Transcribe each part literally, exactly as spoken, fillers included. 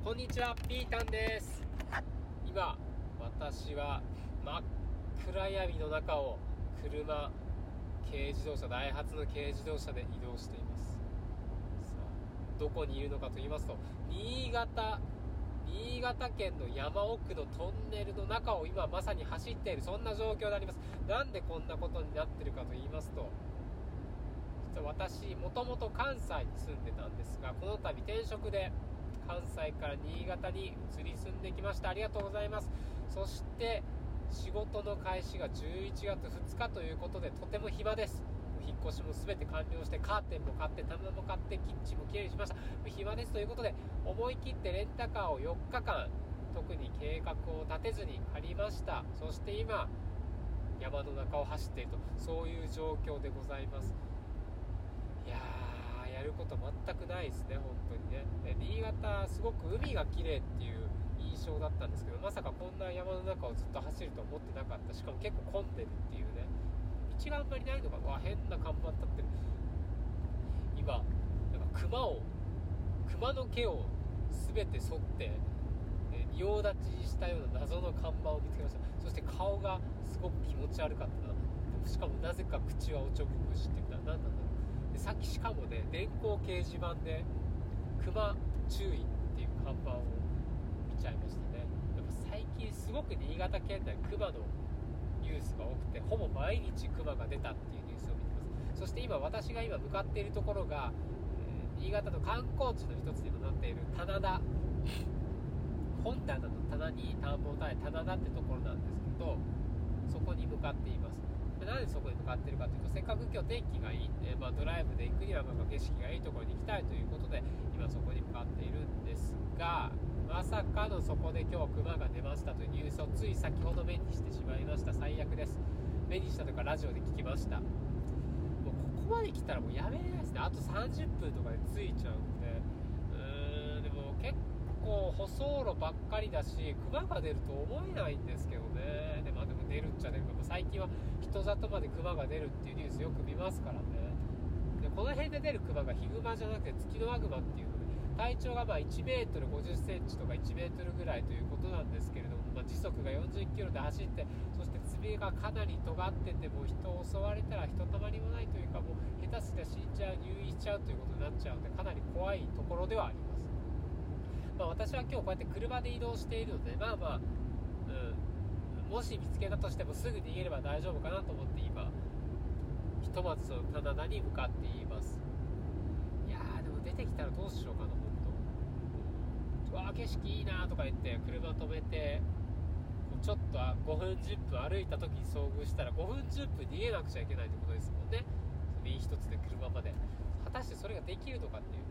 こんにちは、ピータンです。今私は真っ暗闇の中を車、軽自動車、ダイハツの軽自動車で移動しています。さあどこにいるのかと言いますと、新潟新潟県の山奥のトンネルの中を今まさに走っている、そんな状況であります。なんでこんなことになっているかと言いますと、実は私もともと関西に住んでたんですが、この度転職で関西から新潟に移り住んできました。ありがとうございます。そして仕事の開始がじゅういちがつふつかということで、とても暇です。引っ越しも全て完了して、カーテンも買って、棚も買って、キッチンもきれいにしました。暇ですということで、思い切ってレンタカーをよっかかん、特に計画を立てずに借りました。そして今山の中を走っていると、そういう状況でございます。いやー、やること全くないですね、本当にね。で、新潟すごく海が綺麗っていう印象だったんですけど、まさかこんな山の中をずっと走ると思ってなかった。しかも結構混んでるっていうね。道があんまりないのかな。わ、変な看板立ってる。今なんか熊を熊の毛を全て剃って、えー、仁王立ちしたような謎の看板を見つけました。そして顔がすごく気持ち悪かったな。でもしかもなぜか口はおちょぼ口っていうか、何なんだろう。でさっきしかもね、電光掲示板で熊注意っていう看板を見ちゃいましたね。やっぱ最近すごく新潟県内熊のニュースが多くて、ほぼ毎日クマが出たっていうニュースを見てます。そして今私が今向かっているところが、えー、新潟の観光地の一つにもなっている棚田、本棚の棚に田んぼを垂れ棚田ってところなんですけど、そこに向かっています。で、なんでそこに向かっているかというと、せっかく今日天気がいいんで、まあ、ドライブで行くにはなんか景色がいいところに行きたいということで今そこに向かっているんですが、まさかのそこで今日クマが出ましたというニュースをつい先ほど目にしてしまいました。最悪です。目にしたとかラジオで聞きました。もうここまで来たらもうやめれないですね。あとさんじゅっぷんとかで着いちゃうんで、うーんでも結構舗装路ばっかりだし、クマが出ると思えないんですけどね。で、まあ、でも出るっちゃ出るかも。最近は人里までクマが出るっていうニュースよく見ますからね。で、この辺で出るクマがヒグマじゃなくてツキノワグマっていうので、体長がまあいちメートルごじゅっセンチとかいちメートルぐらいということなんですけれども、まあ、時速がよんじゅっキロで走って、そして爪がかなり尖ってて、もう人を襲われたらひとたまりもないというか、もう下手すりゃ死んじゃう、入院しちゃうということになっちゃうので、かなり怖いところではあります。まあ、私は今日こうやって車で移動しているので、まあまあ、うん、もし見つけたとしてもすぐ逃げれば大丈夫かなと思って今ひとまずその棚田に向かっています。いやー、でも出てきたらどうしようかな。本当、わー景色いいなとか言って車止めて、ちょっとごふんじゅっぷん歩いた時に遭遇したらごふんじゅっぷん逃げなくちゃいけないってことですもんね。身一つで車まで。果たしてそれができるのかっていう。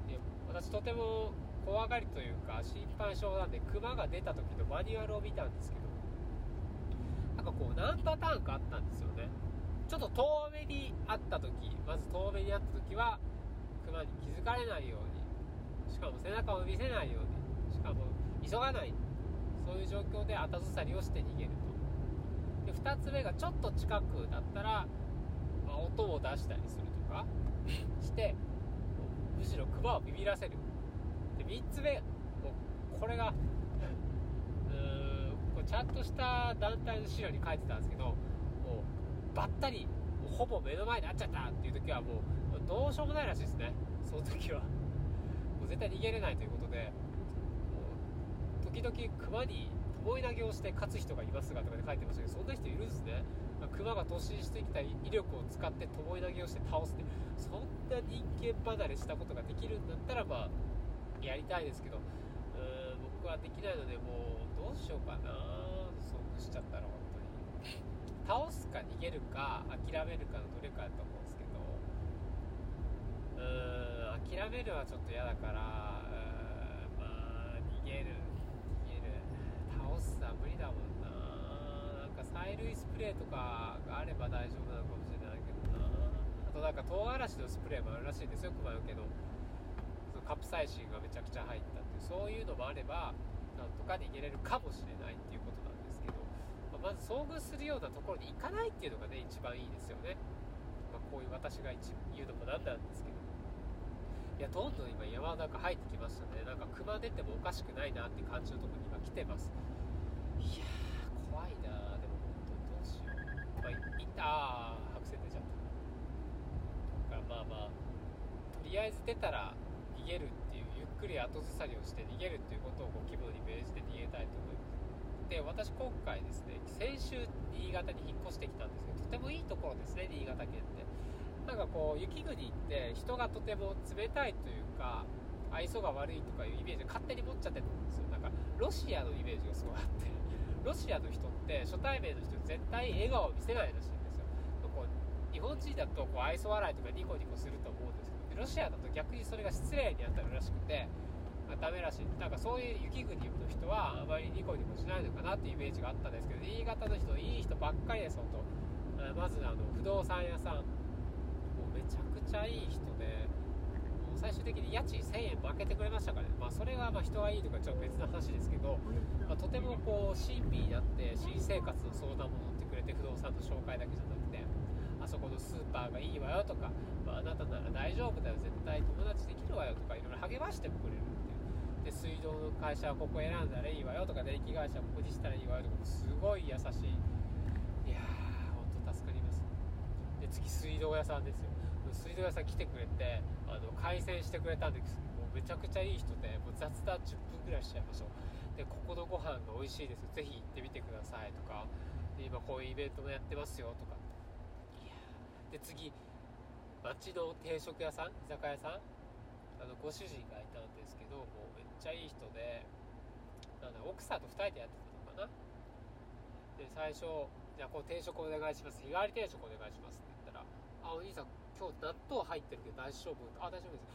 で、私とても怖がりというか心配性なんで、クマが出た時のマニュアルを見たんですけど、なんかこう何パターンかあったんですよね。ちょっと遠目にあった時、まず遠目にあった時はクマに気づかれないように、しかも背中を見せないように、しかも急がない、そういう状況で後ずさりをして逃げると。で、ふたつめがちょっと近くだったら、まあ、音を出したりするとかしてむしろクマをビビらせる。で、みっつめ、もうこれがうーんこれちゃんとした団体の資料に書いてたんですけど、もうバッタリもうほぼ目の前にあっちゃったっていう時はもうどうしようもないらしいですね。その時はもう絶対逃げれないということで、もう時々クマに思い投げをして勝つ人がいますがとかで書いてましたけど、そんな人いるんですね。クマが突進してきた威力を使って巴投げをして倒すって、そんな人間離れしたことができるんだったらまあやりたいですけど、うーん僕はできないので、もうどうしようかな。遭遇しちゃったら本当に倒すか逃げるか諦めるかのどれかだと思うんですけど、うーん諦めるはちょっと嫌だから、うーんまあ逃げる逃げる倒すは無理だもんな。なんか催涙スプレーとかがあれば大丈夫なのかもしれないけどな。あとなんか唐辛子のスプレーもあるらしいんですよ、クマよけの。カプサイシンがめちゃくちゃ入ったっていう、そういうのもあればなんとか逃げれるかもしれないっていうことなんですけど、まあ、まず遭遇するようなところに行かないっていうのがね一番いいですよね。まあ、こういう私が一言うのもなんなんですけど、 いやどんどん今山の中入ってきましたね。なんか熊出てもおかしくないなって感じのところに今来てます。いやー怖いな。でも本当にどうしよう。まあ、いったー白線出ちゃった。だからまあまあとりあえず出たら逃げるっていう、ゆっくり後ずさりをして逃げるっていうことをこう気分に銘じて逃げたいと思います。で私今回ですね、先週新潟に引っ越してきたんですけど、とてもいいところですね新潟県って。なんかこう雪国って人がとても冷たいというか愛想が悪いとかいうイメージを勝手に持っちゃってたんですよ。なんかロシアのイメージがすごいあって、ロシアの人って初対面の人絶対笑顔を見せないらしいんですよ。こう日本人だとこう愛想笑いとかニコニコすると思うんですけど、ロシアだと逆にそれが失礼に当たるらしくて、まあ、ダメらしい。なんかそういう雪国の人はあまりニコニコしないのかなっていうイメージがあったんですけど、新潟の人いい人ばっかりです。本当まずあの不動産屋さんもうめちゃくちゃいい人で、もう最終的に家賃せんえん負けてくれましたからね。まあそれがまあ人がいいとかちょっと別の話ですけど、まあ、とてもこう親身になって新生活の相談も乗ってくれて、不動産の紹介だけじゃなくて、あそこのスーパーがいいわよとか、まあ、あなたなら大丈夫だよ絶対友達できるわよとかいろいろ励ましてもくれるっていう。で水道の会社はここ選んだらいいわよとか、電気会社はここにしたらいいわよとか、すごい優しい。いやー本当助かります。で次水道屋さんですよ。水道屋さん来てくれてあの回線してくれたんですけど、もうめちゃくちゃいい人で、もう雑談じゅっぷんぐらいしちゃいましょう。でここのご飯が美味しいです、ぜひ行ってみてくださいとか、で今こういうイベントもやってますよとか。いやで次町の定食屋さん、居酒屋さん、あのご主人がいたんですけど、もうめっちゃいい人で、なんだ奥さんとふたりでやってたのかな。で最初じゃあこう定食お願いします、日替わり定食お願いしますって言ったら、あお兄さん今日納豆入ってるけど大丈夫、あ大丈夫です、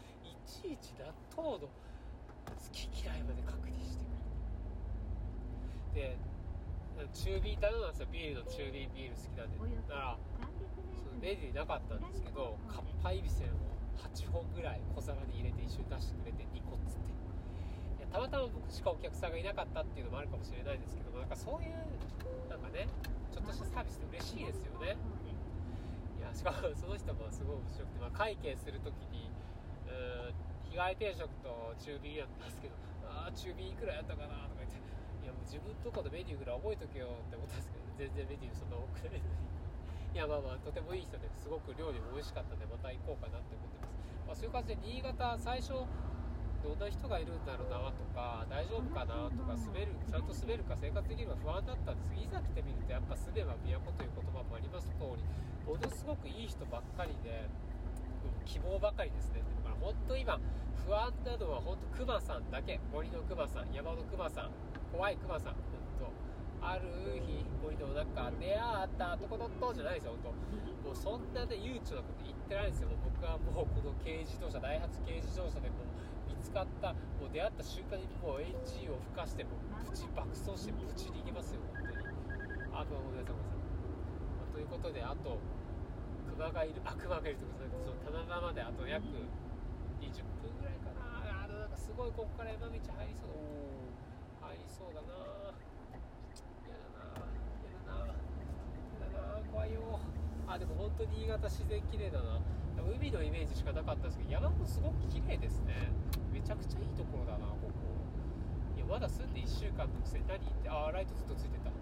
いちいち納豆の好き嫌いまで確認してくれる。で中瓶頼んだんですよ、ビールの中瓶ビール好きなんで。だからそのメニューになかったんですけど、かっぱえびせんをはっぽんぐらい小皿に入れて一緒に出してくれてにこっつって、いやたまたま僕しかお客さんがいなかったっていうのもあるかもしれないですけど、なんかそういうなんかねちょっとしたサービスって嬉しいですよね。いやしかもその人もすごい面白くて、まあ、会計するときにうーん日替え定食と中瓶やったんですけど、ああ中瓶いくらやったかなとか言って、いやもう自分とこのメニューぐらい覚えとけよって思ったんですけど、全然メニューそんな多くないのにいやまあまあとてもいい人ですごく料理も美味しかったのでまた行こうかなって思ってます。まあ、そういう感じで新潟最初どんな人がいるんだろうなとか、大丈夫かなとか、住めるちゃんと住めるか生活できるか不安だったんですが、いざ来てみるとやっぱ住めば都という言葉もあります通り、ものすごくいい人ばっかりで、希望ばかりですね。だから本当今不安なのは本当クマさんだけ、森のクマさん、山のクマさん、怖いクマさん、本当ある日森の中で会ったとこのとじゃないですよ。本当もうそんなね悠長なこと言ってないですよ。もう僕はもうこの軽自動車、ダイハツ軽自動車でもう見つかった、もう出会った瞬間にもうエンジンを吹かしてもうプチ爆走してプチ逃げますよ本当に。あごめんなさいごめんなさい。ということであと熊がいる、あ熊がいるということで、その棚田まであと約にじゅっぷんぐらいかな。あのなんかすごいここから山道入りそう、お入りそうだな。嫌だな嫌だな嫌だな怖いよ。あでも本当に新潟自然綺麗だな。海のイメージしかなかったんですけど、山もすごく綺麗ですね。めちゃくちゃいいところだなここ。いやまだ住んでいっしゅうかんのくせに何言って、あライトずっとついてた。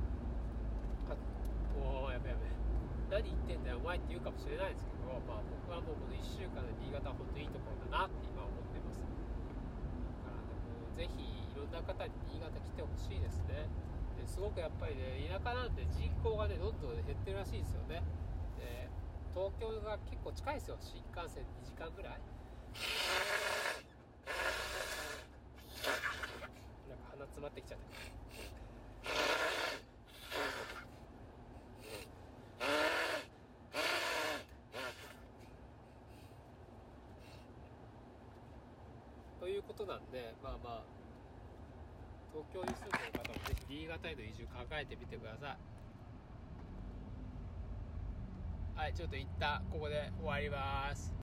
おーやべやべ、何言ってんだよお前って言うかもしれないですけど、まあ、僕はもうこのいっしゅうかんで新潟は本当にいいところだなって今思ってます。だからでもぜひいろんな方に新潟来てほしいですね。ですごくやっぱりね田舎なんで人口がねどんどん減ってるらしいですよね。で東京が結構近いですよ、新幹線にじかんぐらい。なんか鼻詰まってきちゃった。ということなんで、まあまあ東京に住んでる方もぜひ新潟への移住考えてみてください。はい、ちょっと一旦ここで終わります。